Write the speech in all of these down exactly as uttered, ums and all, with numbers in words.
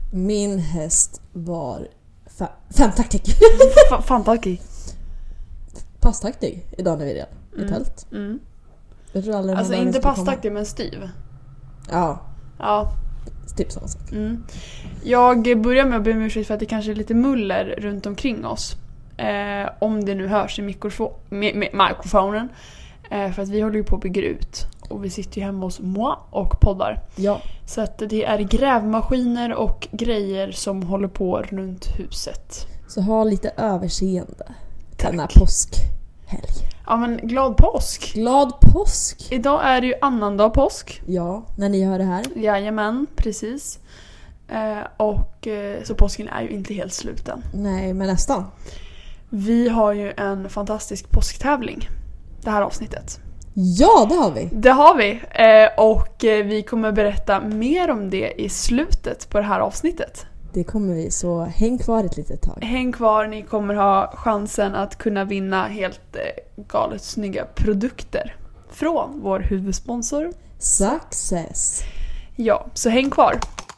Min häst var fa- femtaktig. F- Fantaktig. Passtaktig idag när vi redan i Mm. tält. Mm. Jag tror aldrig Alltså någon inte skulle komma. passtaktig men styv. Ja, Ja. typ samma sak. Mm. Jag börjar med att be om ursäkt för att det kanske är lite muller runt omkring oss. Eh, om det nu hörs i mikrofo- mi- mi- mikrofonen. Eh, för att vi håller ju på att bygga ut. Och vi sitter ju hemma hos moi och poddar. Ja. Så att det är grävmaskiner och grejer som håller på runt huset. Så ha lite överseende. Tack. Denna påskhelg. Ja men glad påsk! Glad påsk! Idag är det ju annandag påsk. Ja, när ni hör det här. Jajamän, precis. Eh, och eh, så påsken är ju inte helt slut än. Nej, men nästan. Vi har ju en fantastisk påsktävling. Det här avsnittet. Ja, det har vi. Det har vi. Eh, och eh, vi kommer berätta mer om det i slutet på det här avsnittet. Det kommer vi, så häng kvar ett litet tag. Häng kvar, ni kommer ha chansen att kunna vinna helt eh, galet snygga produkter från vår huvudsponsor. Success! Ja, så häng kvar.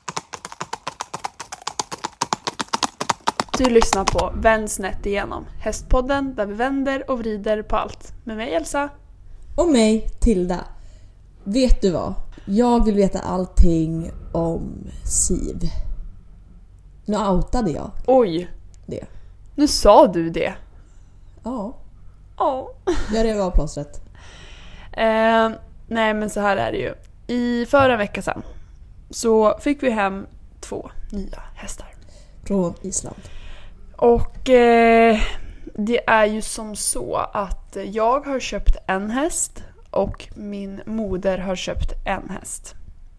Du lyssnar på Vänd snett igenom, Hästpodden där vi vänder och vrider på allt. Med mig Elsa. Och mig, Tilda. Vet du vad? Jag vill veta allting om Siv. Nu outade jag Oj, det. nu sa du det. Ja, Ja. jag rev av plåstret. Eh, nej men så här är det ju. I förra veckan sedan så fick vi hem två nya hästar. Från Island. Och eh, det är ju som så att jag har köpt en häst och min moder har köpt en häst.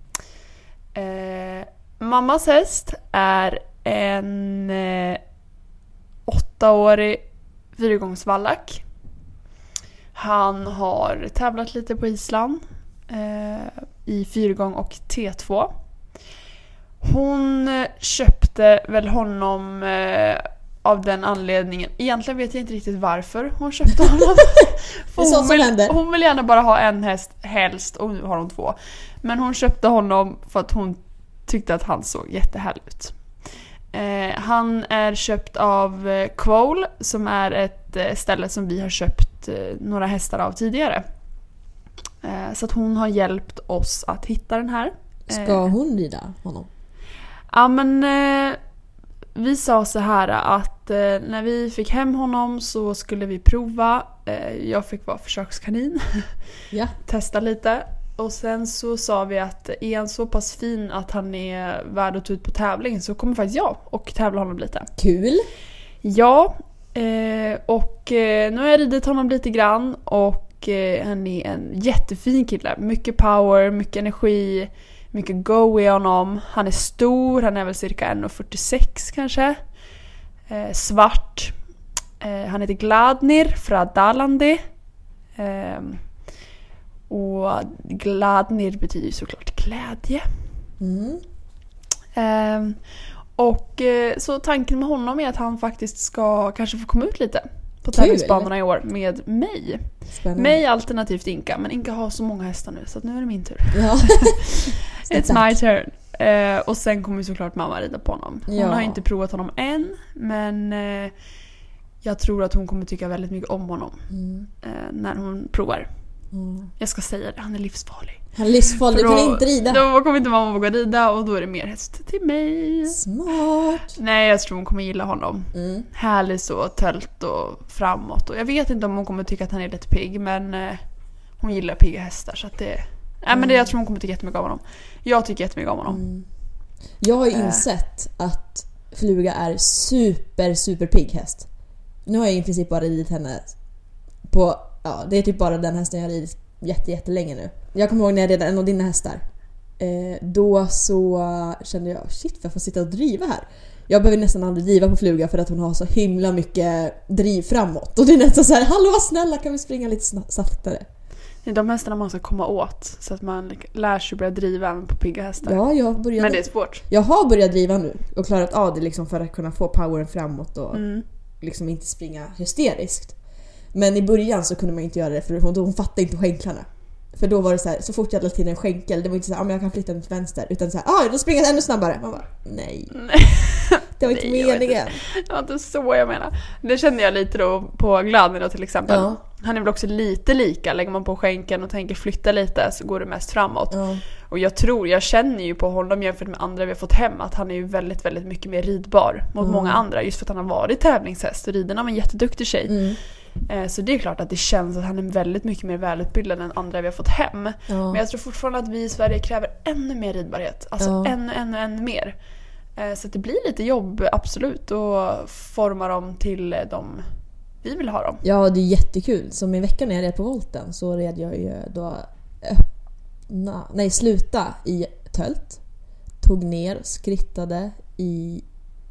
Eh, mammas häst är en eh, åttaårig fyrgångsvallack. Han har tävlat lite på Island eh, i fyrgång och T två. Hon eh, köpte väl honom eh, av den anledningen. Egentligen vet jag inte riktigt varför hon köpte honom. Det är sånt hon, som vill, händer. hon vill gärna bara ha en häst helst och nu har hon två. Men hon köpte honom för att hon tyckte att han såg jättehärlig ut. Eh, han är köpt av eh, Quoll som är ett eh, ställe som vi har köpt eh, några hästar av tidigare. Eh, så att hon har hjälpt oss att hitta den här. Ska hon rida honom? Ja men eh, vi sa så här att eh, när vi fick hem honom så skulle vi prova. Eh, jag fick vara försökskanin. Ja. Testa lite. Och sen så sa vi att är han så pass fin att han är värd att ta ut på tävling så kommer faktiskt jag och tävla honom lite. Kul! Ja, eh, och eh, nu har jag ridit honom lite grann och eh, han är en jättefin kille. Mycket power, mycket energi, mycket go i honom. Han är stor, han är väl cirka en komma fyrtiosex kanske. Eh, svart. Eh, han heter Gladnir från Dalandi. Eh, och Gladnir betyder ju såklart glädje. Mm. Eh, och eh, så tanken med honom är att han faktiskt ska kanske få komma ut lite på Kul. tävlingsbanorna i år med mig. Spännande. Mig alternativt Inka, men Inka har så många hästar nu så att nu är det min tur. Ja. It's my turn. Eh, och sen kommer ju såklart mamma rida på honom. Hon Ja. har inte provat honom än, men eh, jag tror att hon kommer tycka väldigt mycket om honom Mm. eh, när hon provar. Mm. Jag ska säga det, han är livsfarlig. Han är livsfarlig, du För kan då- inte rida. Då kommer inte mamma våga rida och då är det mer häst till mig. Smart. Nej, jag tror hon kommer gilla honom. Mm. Härlig så, tölt och framåt. Och jag vet inte om hon kommer tycka att han är lite pigg, men eh, hon gillar pigga hästar så att det... Nej, men det, jag tror hon kommer tycka jättemycket om honom. Jag tycker jättemycket om honom. Mm. Jag har ju Äh. insett att Fluga är super, super pigg häst. Nu har jag i princip bara ridit henne på... Ja, det är typ bara den hästen jag har ridit jätte, jättelänge nu. Jag kommer ihåg när jag red en av dina hästar. Eh, då så kände jag, shit, jag får sitta och driva här. Jag behöver nästan aldrig driva på Fluga för att hon har så himla mycket driv framåt. Och det är nästan så här, hallå vad snälla, kan vi springa lite sna- saktare? Det är de hästarna man ska komma åt så att man lär sig börja driva även på pigga hästar. Ja, jag började... Men det är svårt. Jag har börjat driva nu och klarat av det liksom för att kunna få poweren framåt och Mm. liksom inte springa hysteriskt. Men i början så kunde man inte göra det för hon, hon fattade inte skänklarna. För då var det så här, så fort jag hade till en skänkel, det var inte så här, ah, men jag kan flytta den till vänster, utan så här, ah, då springer jag ännu snabbare. Man bara, nej. nej. Det var inte nej, meningen. Det var inte så jag menar. Det kände jag lite då på Gladny då till exempel. Ja. Han är väl också lite lika. Lägger man på skänken och tänker flytta lite så går det mest framåt. Ja. Och jag tror, jag känner ju på honom jämfört med andra vi har fått hem att han är ju väldigt, väldigt mycket mer ridbar mot Mm. många andra. Just för att han har varit tävlingshäst och riderna var en jätteduktig tjej. Mm. Eh, Så det är klart att det känns att han är väldigt mycket mer välutbildad än andra vi har fått hem. Ja. Men jag tror fortfarande att vi i Sverige kräver ännu mer ridbarhet. Alltså Ja. ännu, ännu, ännu mer. Eh, Så att det blir lite jobb, absolut. Och forma dem till de vi vill ha dem. Ja, det är jättekul. Som i veckan när jag red på volten så red jag ju då öppna, nej sluta i tölt. Tog ner, skrittade i...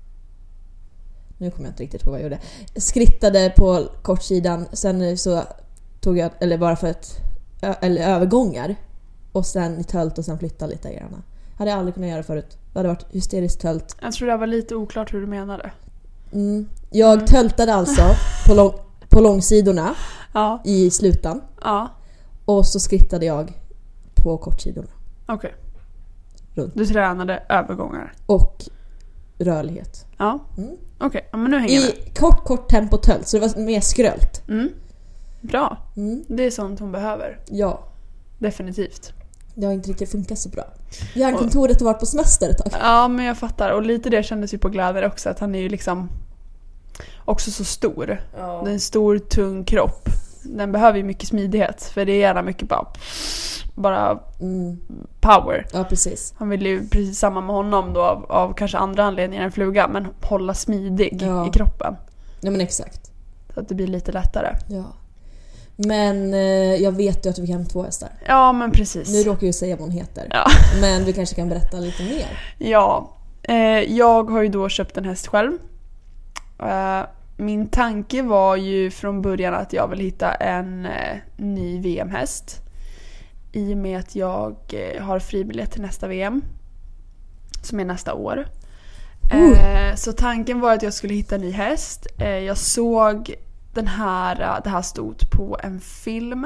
Nu kommer jag inte riktigt på vad jag gjorde. Skrittade på kortsidan, sen så tog jag, eller bara för ett, eller övergångar. Och sen i tölt och sen flytta lite grann. Hade jag aldrig kunnat göra förut. Det hade varit hysteriskt tölt. Jag tror det var lite oklart hur du menade. Mm. Jag Mm. töltade alltså på, lång, på långsidorna Ja, i slutan. ja, Och så skrittade jag på kortsidorna. okej. Runt. Du tränade övergångar. Och rörlighet. Ja, Mm. okej. Ja, men nu hänger jag med. I kort, kort tempo tölt. Så det var mer skrölt. Mm. Bra. Mm. Det är sånt hon behöver. Ja, Definitivt. det har inte riktigt funkat så bra. Järnkontoret har varit på semester ett tag. Ja, men jag fattar. Och lite det kändes ju på Glädjer också. Att han är ju liksom också så stor. Ja. Det är en stor, tung kropp. Den behöver ju mycket smidighet. För det är gärna mycket bara, bara Mm. power. Ja, precis. Han vill ju precis samma med honom då av, av kanske andra anledningar än fluga. Men hålla smidig Ja. i kroppen. Ja, men exakt. Så att det blir lite lättare. Ja. Men eh, jag vet ju att vi kan ha två hästar. Ja, men precis. Nu råkar jag ju säga vad hon heter. Ja. Men du kanske kan berätta lite mer. Ja, eh, jag har ju då köpt en häst själv. Eh, min tanke var ju från början att jag vill hitta en eh, ny V M-häst. I och med att jag eh, har fribiljett till nästa V M. Som är nästa år. Eh, så tanken var att jag skulle hitta en ny häst. Eh, jag såg den här, det här stod på en film.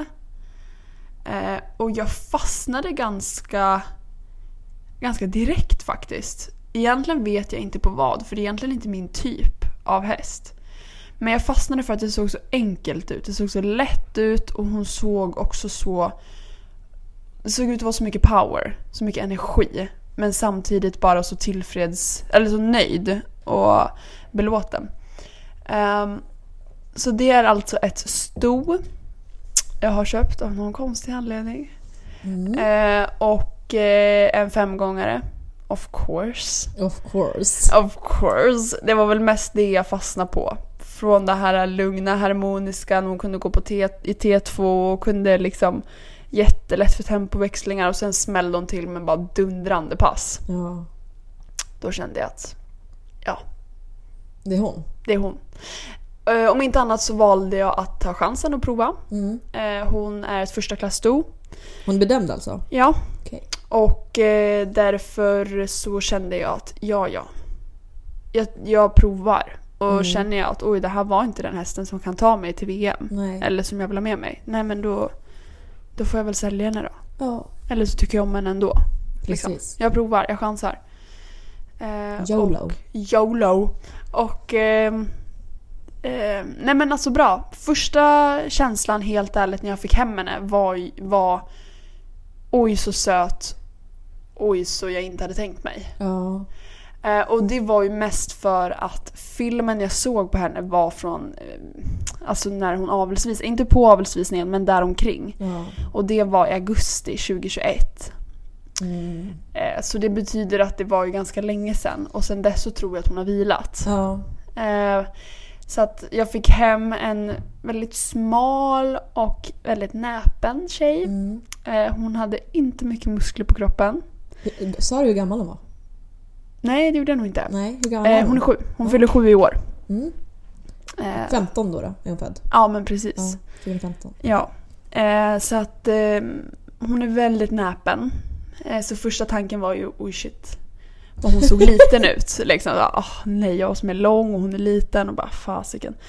Eh, och jag fastnade ganska ganska direkt faktiskt. Egentligen vet jag inte på vad, för det är egentligen inte min typ av häst. Men jag fastnade för att det såg så enkelt ut. Det såg så lätt ut och hon såg också så... Det såg ut att vara så mycket power, så mycket energi. Men samtidigt bara så tillfreds, eller så nöjd och belåten. Um, så det är alltså ett sto jag har köpt av någon konstig anledning. Mm. Uh, och uh, en femgångare. Of course. Of course. Of course. Det var väl mest det jag fastnade på. Från det här lugna, harmoniska. Hon kunde gå på T, i T två och kunde liksom jättelätt för tempoväxlingar. Och sen smällde hon till med bara dundrande pass. Ja. Då kände jag att ja, Det är hon. det är hon. Uh, om inte annat så valde jag att ta chansen att prova. Mm. Uh, hon är ett första klass sto. Hon är bedömd alltså? Ja. Okej. Och eh, därför så kände jag att ja, ja. Jag, jag provar. Och Mm. känner jag att oj, det här var inte den hästen som kan ta mig till V M. Nej. Eller som jag vill ha med mig. Nej, men då, då får jag väl sälja henne då. Ja, Eller så tycker jag om henne ändå. Liksom. precis. Jag provar, jag chansar. Eh, YOLO. Och, YOLO. Och... Eh, eh, nej men alltså bra. Första känslan helt ärligt när jag fick hem henne var... var oj så söt. Oj så jag inte hade tänkt mig. Ja. Eh, och det var ju mest för att filmen jag såg på henne var från eh, alltså när hon avelsvis, inte på avelsvisningen men där omkring. Ja. Och det var i augusti tjugohundratjugoett. Mm. Eh, så det betyder att det var ju ganska länge sedan. Och sen dess så tror jag att hon har vilat. Ja. Eh, så att jag fick hem en väldigt smal och väldigt näpen tjej. Mm. Eh, hon hade inte mycket muskler på kroppen. Sa du hur gammal hon var? Nej, det gjorde jag nog inte. Nej, hur gammal Eh, var hon är sju. Hon Ja. fyller sju i år. Mm. Eh, femton då, då är hon född. ja, men precis. Ja, tjugohundrafemton. Ja. Eh, så att eh, hon är väldigt näpen. Eh, så första tanken var ju, oj shit. Och hon såg liten ut. Liksom, oh, nej, jag som är lång och hon är liten. Och bara, fasiken.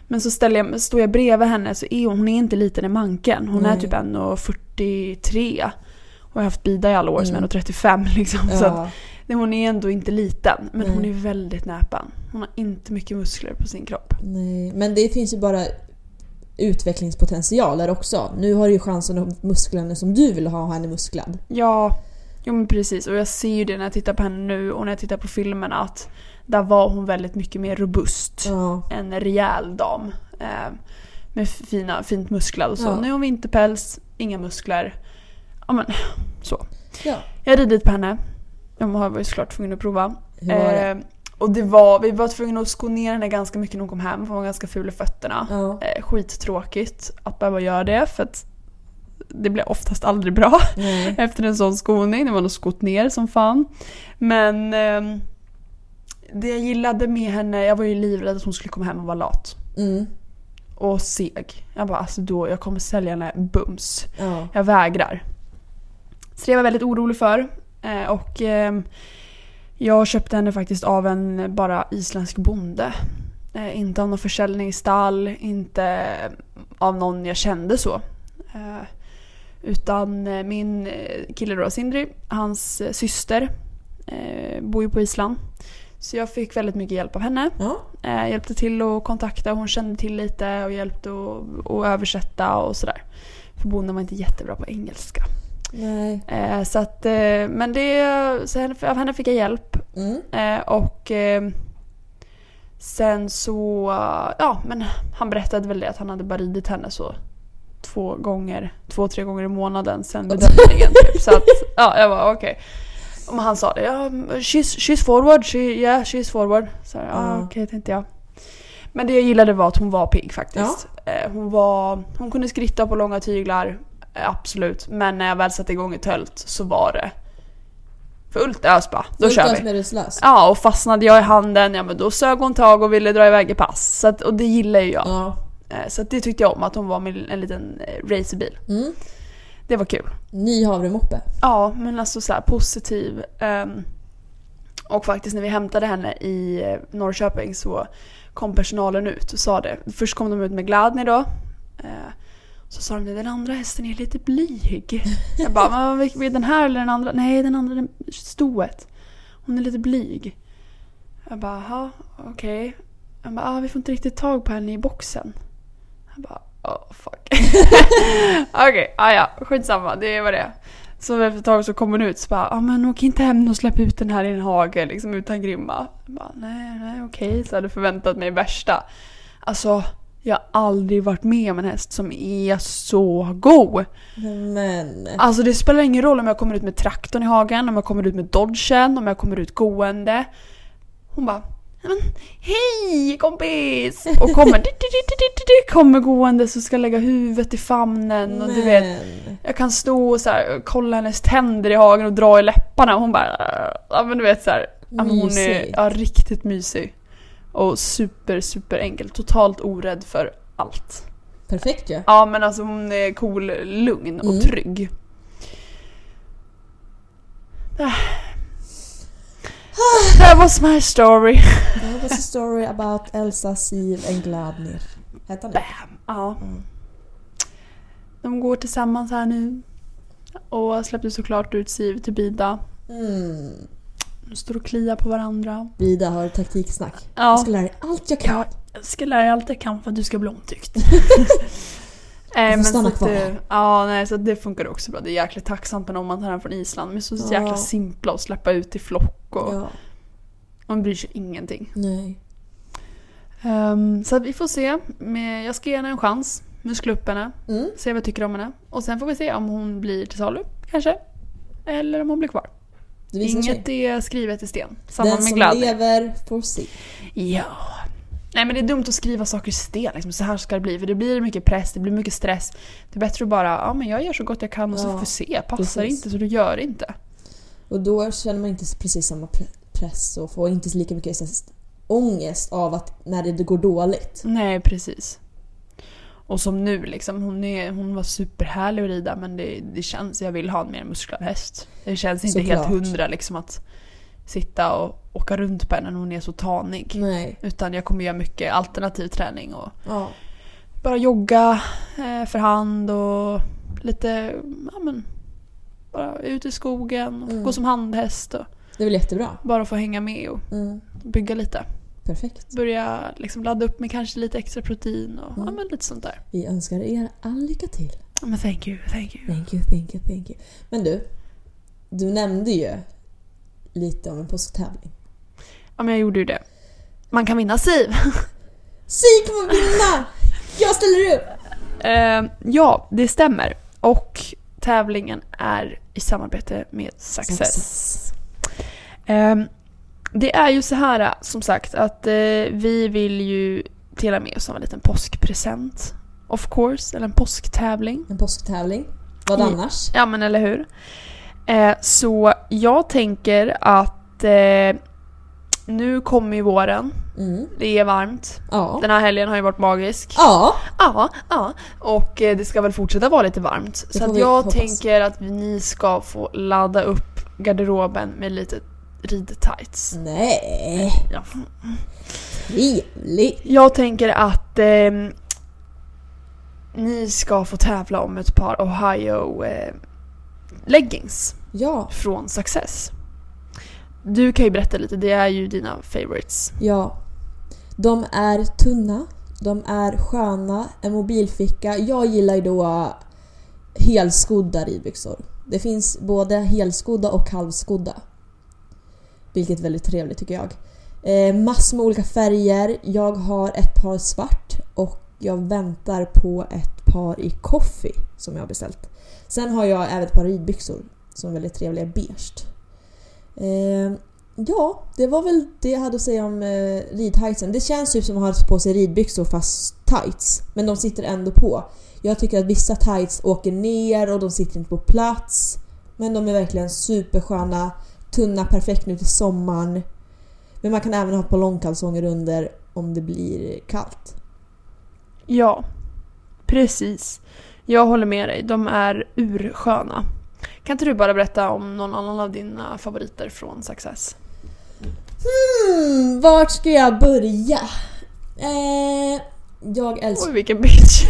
Men så ställer jag, står jag bredvid henne så är hon, hon är inte liten i manken. Hon Nej. är typ en fyrtiotre. Och jag har haft Bida i alla år som Mm. en trettiofem liksom. Ja. Så att, hon är ändå inte liten. Men Nej. hon är väldigt näpen. Hon har inte mycket muskler på sin kropp. Nej, men det finns ju bara utvecklingspotential där också. Nu har du ju chansen att ha musklerna som du vill ha henne musklad. Ja, jo men precis. Och jag ser ju det när jag tittar på henne nu och när jag tittar på filmerna att där var hon väldigt mycket mer robust. Ja. En rejäl dam. Eh, med fina, fint musklad och så. Ja. Nu har hon vinterpäls, inga muskler. Ja men, så. Ja. Jag rider dit på henne. Jag var ju såklart tvungen att prova. Hur var det? Eh, och det var, vi var tvungna att sko ner henne ganska mycket när hon kom hem. För hon var ganska ful i fötterna. Ja. Eh, skittråkigt att behöva göra det. För att det blir oftast aldrig bra. Nej. Efter en sån skoning. Det var nog skott ner som fan. Men eh, det jag gillade med henne, jag var ju livrädd att hon skulle komma hem och vara lat. Mm. Och seg. Jag bara, alltså då, jag kommer sälja henne bums. Ja. Jag vägrar. Så det var jag väldigt orolig för. Eh, och eh, jag köpte henne faktiskt av en bara isländsk bonde. Eh, inte av någon försäljningsstall. Inte av någon jag kände så. Eh, utan eh, min kille då, Sindri, hans eh, syster eh, bor ju på Island. Så jag fick väldigt mycket hjälp av henne. Ja. Eh, hjälpte till att kontakta. Hon kände till lite och hjälpte att, att översätta och sådär. För bonden var inte jättebra på engelska. Nej. Eh, så att, eh, men det, så henne, av henne fick jag hjälp. Mm. Eh, och eh, sen så, ja men han berättade väl det att han hade bara ridit henne så två gånger, två, tre gånger i månaden sen bedömningen typ. Så att, ja jag var okej. Okay. Och han sa det, ja, she's, she's forward, she, yeah, she's forward. Så ja, Ja. okej okay, tänkte jag. Men det jag gillade var att hon var pigg faktiskt. Ja. Eh, hon var, hon kunde skritta på långa tyglar. Absolut, men när jag väl satte igång i tölt så var det fullt ös bara. Då Fullt kör ös vi. med ruslös. Ja, och fastnade jag i handen, ja men då sög hon tag och ville dra iväg i pass. Så att, och det gillar ju jag. Ja. Så att det tyckte jag om, att hon var med en liten racerbil. Mm. Det var kul. Ny havremoppe. Ja, men alltså så här positiv. Um, och faktiskt när vi hämtade henne i Norrköping så kom personalen ut och sa det. Först kom de ut med Gladny då. Uh, Så sa de, den andra hästen är lite blyg. Jag bara, men är den här eller den andra? Nej, den andra är stoet. Hon är lite blyg. Jag bara, ja, okej. Okay. Jag bara, ah, vi får inte riktigt tag på henne i boxen. Jag bara, oh fuck. Okej, okay, ah, ja, skitsamma, det var det. Så efter ett tag så kom hon ut så bara, ah, men åk inte hem och släpp ut den här i en hage liksom utan grimma. Jag bara, nej, nej, okej. Okay. Så jag hade förväntat mig värsta. Alltså... Jag har aldrig varit med om en häst som är så god. Men... Alltså det spelar ingen roll om jag kommer ut med traktorn i hagen, om jag kommer ut med dodgen, om jag kommer ut gående. Hon bara, men hej kompis! Och kommer, kommer gående så ska jag lägga huvudet i famnen. Och Men... du vet, jag kan stå och så här, kolla hennes tänder i hagen och dra i läpparna. Och hon bara, ja men du vet så här, hon är ja, riktigt mysig. Och super, super enkel. Totalt orädd för allt. Perfekt ju. Ja. Ja, men alltså hon är cool, lugn och mm. trygg. That was my story. That was a story about Elsa, Siv and Gladnir. Heter det? Bam. Ja. Mm. De går tillsammans här nu. Och släppte såklart ut Siv till Bida. Mm. De står och kliar på varandra. Bida har taktiksnack. Ja. Jag ska lära dig allt jag kan. Ja, jag ska lära dig allt jag kan för att du ska bli omtyckt. Jag får men stanna så kvar. Det, ja, nej, så det funkar också bra. Det är jäkligt tacksamt med någon man tar hem från Island. Men så, så Ja. jäkla simpla att släppa ut i flock. Och Ja. man bryr sig ingenting. Nej. Um, så vi får se. Men jag ska ge henne en chans. Muskla upp henne. Mm. Se vad jag tycker om henne. Och sen får vi se om hon blir till salu. Kanske. Eller om hon blir kvar. Inget sig. Är skrivet i sten. Samma Den med som Gladney. lever får se. Ja. Nej, men det är dumt att skriva saker i sten liksom. Så här ska det bli. För det blir mycket press, det blir mycket stress. Det är bättre att bara, ja men jag gör så gott jag kan. Och så ja, får vi se, passar precis. inte så du gör inte. Och då känner man inte precis samma press. Och får inte lika mycket ångest av att när det går dåligt. Nej, precis. Och som nu liksom, hon, är, hon var superhärlig att rida. Men det, det känns, jag vill ha en mer musklad häst. Det känns inte Såklart. helt hundra liksom att sitta och åka runt på henne när hon är så tanig. Nej. Utan jag kommer göra mycket alternativ träning och Ja. bara jogga eh, för hand och lite, ja men, bara ut i skogen och Mm. gå som handhäst och Det är väl jättebra. bara få hänga med och Mm. bygga lite. Perfekt. Börja liksom ladda upp med kanske lite extra protein och Mm. ja, men lite sånt där. Vi önskar er all lycka till. Ja, men thank you, thank you. Thank you, thank you, thank you. Men du, du nämnde ju lite om en påsktävling. Ja, men jag gjorde ju det. Man kan vinna Siv. Siv kommer vinna! Jag ställer upp! Eh, ja, det stämmer. Och tävlingen är i samarbete med Success. Success. Eh, det är ju så här, som sagt, att eh, vi vill ju dela med oss av en liten påskpresent. Of course, eller en påsktävling. En påsktävling. Vad I- annars? Ja, men eller hur? Eh, så jag tänker att eh, nu kommer ju våren. Mm. Det är varmt. Ja. Den här helgen har ju varit magisk. Ja. Ja, ja. Och eh, det ska väl fortsätta vara lite varmt. Det Så får att vi jag hoppas. tänker att ni ska få ladda upp garderoben med lite ridtights. Nej. Ja. Trevligt. Jag tänker att eh, ni ska få tävla om ett par Ohio eh, leggings Ja. från Success. Du kan ju berätta lite, det är ju dina favorites. Ja. De är tunna. De är sköna. En mobilficka. Jag gillar ju då helskodda ridbyxor. Det finns både helskodda och halvskodda. Vilket är väldigt trevligt tycker jag. Eh, massor med olika färger. Jag har ett par svart och jag väntar på ett par i coffee som jag har beställt. Sen har jag även ett par ridbyxor som är väldigt trevliga, beige. Eh, ja, det var väl det jag hade att säga om eh, ridtightsen. Det känns ju som att ha på sig ridbyxor fast tights, men de sitter ändå på. Jag tycker att vissa tights åker ner och de sitter inte på plats. Men de är verkligen supersköna, tunna, perfekt nu till sommaren. Men man kan även ha på långkalsonger under om det blir kallt. Ja, precis. Jag håller med dig, de är ursköna. Kan inte du bara berätta om någon annan av dina favoriter från Success? Hmm, vart ska jag börja? Eh, jag älskar... Oj, vilken bitch.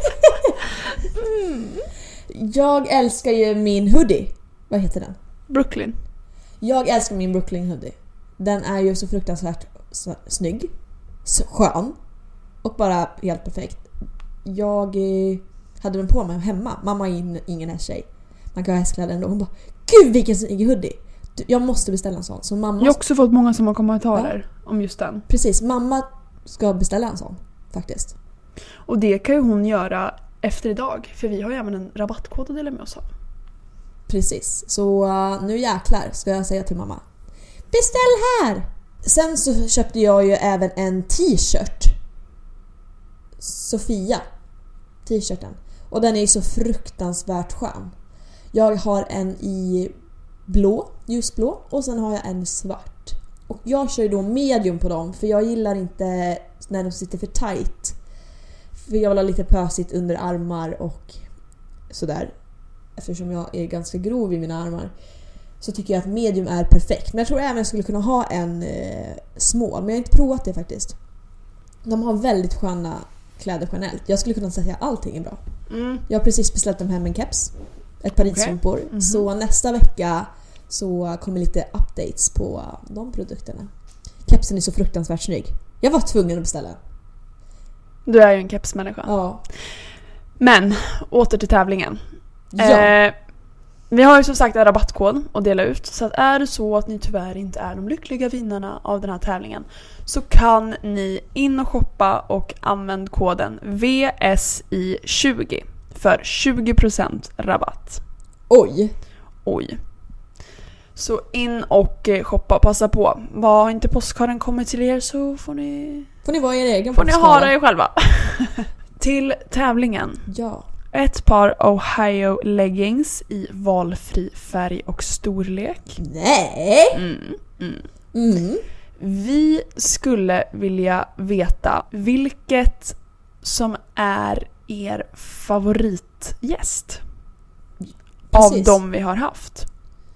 mm. Jag älskar ju min hoodie. Vad heter den? Brooklyn. Jag älskar min Brooklyn hoodie. Den är ju så fruktansvärt så, snygg, så skön och bara helt perfekt. Jag eh, hade den på mig hemma. Mamma är in, ingen tjej. Man kan ha hästkläder ändå. Hon bara, gud vilken snygg hoodie. Du, jag måste beställa en sån. Så mamma... Jag har också fått många som har kommentarer ja. om just den. Precis, mamma ska beställa en sån faktiskt. Och det kan ju hon göra efter idag. För vi har ju även en rabattkod att dela med oss av. Precis, så uh, nu jäklar ska jag säga till mamma, beställ här! Sen så köpte jag ju även en t-shirt. Sofia t-shirten. Och den är ju så fruktansvärt skön. Jag har en i blå, ljusblå, och sen har jag en svart. Och jag kör ju då medium på dem, för jag gillar inte när de sitter för tight. För jag vill ha lite pösigt under armar och sådär. Eftersom jag är ganska grov i mina armar så tycker jag att medium är perfekt. Men jag tror även att jag skulle kunna ha en eh, small. Men jag har inte provat det faktiskt. De har väldigt sköna kläder generellt. Jag skulle kunna säga att allting är bra. Mm. Jag har precis beställt dem hem en keps. Ett par ridstrumpor. Okay. Mm-hmm. Så nästa vecka så kommer lite updates på de produkterna. Kepsen är så fruktansvärt snygg. Jag var tvungen att beställa. Du är ju en kepsmänniska. Ja. Men, åter till tävlingen. Ja. Eh, vi har ju som sagt en rabattkod att dela ut. Så att är det så att ni tyvärr inte är de lyckliga vinnarna av den här tävlingen, så kan ni in och shoppa och använd koden V S I tjugo för tjugo procent rabatt. Oj. Oj. Så in och shoppa, passa på. Var inte postkaren kommer till er så får ni... Får ni vara er egen Får ni postkara. ha er själva. Till tävlingen. Ja. Ett par Ohio leggings i valfri färg och storlek. Nej. Mm, mm. Mm. Vi skulle vilja veta vilket som är er favoritgäst av Precis. de vi har haft.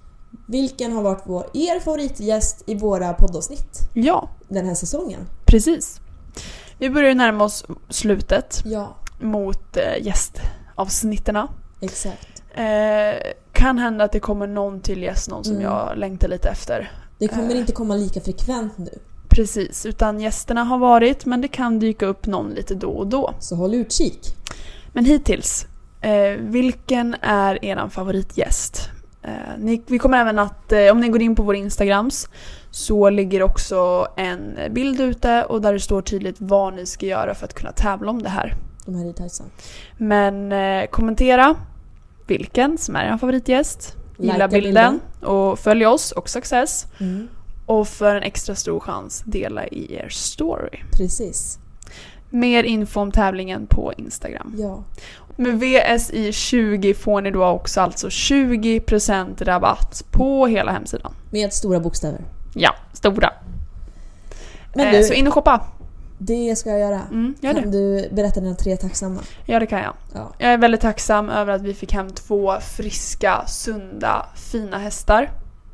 Vilken har varit vår, er favoritgäst i våra poddavsnitt Ja, den här säsongen? precis. Vi börjar ju närma oss slutet Ja, mot eh, gästavsnitterna. exakt. Eh, kan hända att det kommer någon till gäst, någon som Mm. jag längtar lite efter. Det kommer Eh. inte komma lika frekvent nu. Precis, utan gästerna har varit, men det kan dyka upp någon lite då och då. Så håll utkik. Men hittills, eh, vilken är eran favoritgäst? Eh, ni, vi kommer även att, eh, om ni går in på vår Instagrams, så ligger också en bild ute och där det står tydligt vad ni ska göra för att kunna tävla om det här. De här är tajsan. Men eh, kommentera vilken som är er favoritgäst. Gilla Likea bilden, och följ oss och Success. Mm, Och för en extra stor chans, dela i er story. precis. Mer info om tävlingen på Instagram. Ja. Med V S I tjugo får ni då också alltså tjugo procent rabatt på hela hemsidan. Med stora bokstäver. Ja, stora. Men eh, du, så in och shoppa. det ska jag göra. Mm, gör Kan det. du berätta dina tre tacksamma? Ja, det kan jag. Ja. Jag är väldigt tacksam över att vi fick hem två friska, sunda, fina hästar.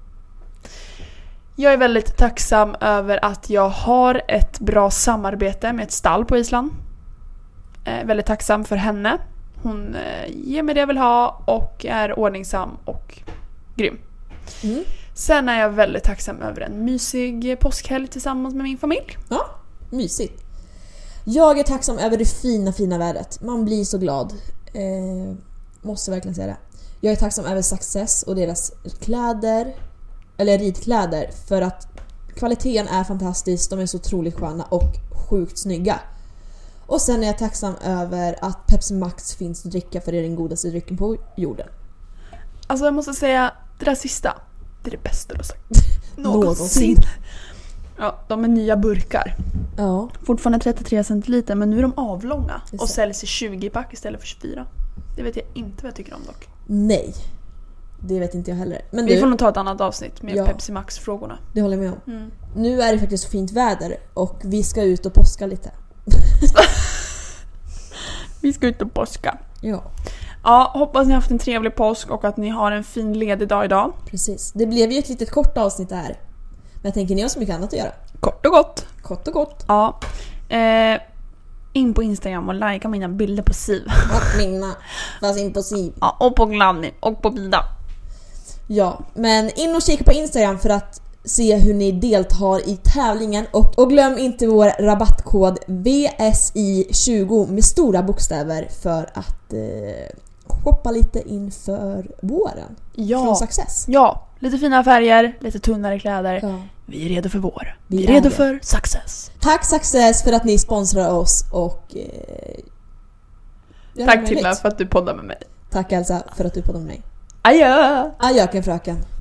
Jag är väldigt tacksam över att jag har ett bra samarbete med ett stall på Island. Eh, väldigt tacksam för henne. Hon eh, ger mig det jag vill ha och är ordningsam och grym. Mm. Sen är jag väldigt tacksam över en mysig påskhelg tillsammans med min familj. Ja, mysigt. Jag är tacksam över det fina, fina vädret. Man blir så glad. Eh, måste verkligen säga det. Jag är tacksam över Success och deras kläder. Eller ridkläder. För att kvaliteten är fantastisk. De är så otroligt sköna och sjukt snygga. Och sen är jag tacksam över att Pepsi Max finns att dricka, för det är den godaste drycken på jorden. Alltså jag måste säga, det där sista, det är det bästa du har sagt. Någonsin. Ja, de är nya burkar. Ja, Fortfarande trettiotre centiliter, men nu är de avlånga Just och det. säljs i tjugo pack istället för tjugofyra. Det vet jag inte vad jag tycker om dock. nej. Det vet inte jag heller. Men Vi du, får nog ta ett annat avsnitt med Ja. Pepsi Max-frågorna. det håller jag med om. Mm. Nu är det faktiskt så fint väder och vi ska ut och påska lite. Vi ska ut och påska. Ja, Ja, hoppas ni har haft en trevlig påsk och att ni har en fin ledig dag idag. precis. Det blev ju ett litet kort avsnitt där. Men jag tänker ni har så mycket annat att göra. Kort och gott. Kort och gott. Ja. Eh, in på Instagram och likea mina bilder på Siv. Och mina. Fast impossible. Ja, och på Glanny och på Bida. Ja, men in och kika på Instagram för att se hur ni deltar i tävlingen. Och, och glöm inte vår rabattkod V S I tjugo med stora bokstäver för att eh, shoppa lite inför våren. Från Ja. Success. Ja, lite fina färger, lite tunnare kläder. Ja. Vi är redo för vår. Vi Vi är är redo det. för Success. Tack Success för att ni sponsrar oss och eh, gör det Tack möjligt. Tilla för att du poddar med mig. Tack Elsa för att du poddade med mig. Adjö! Adjöken fröken.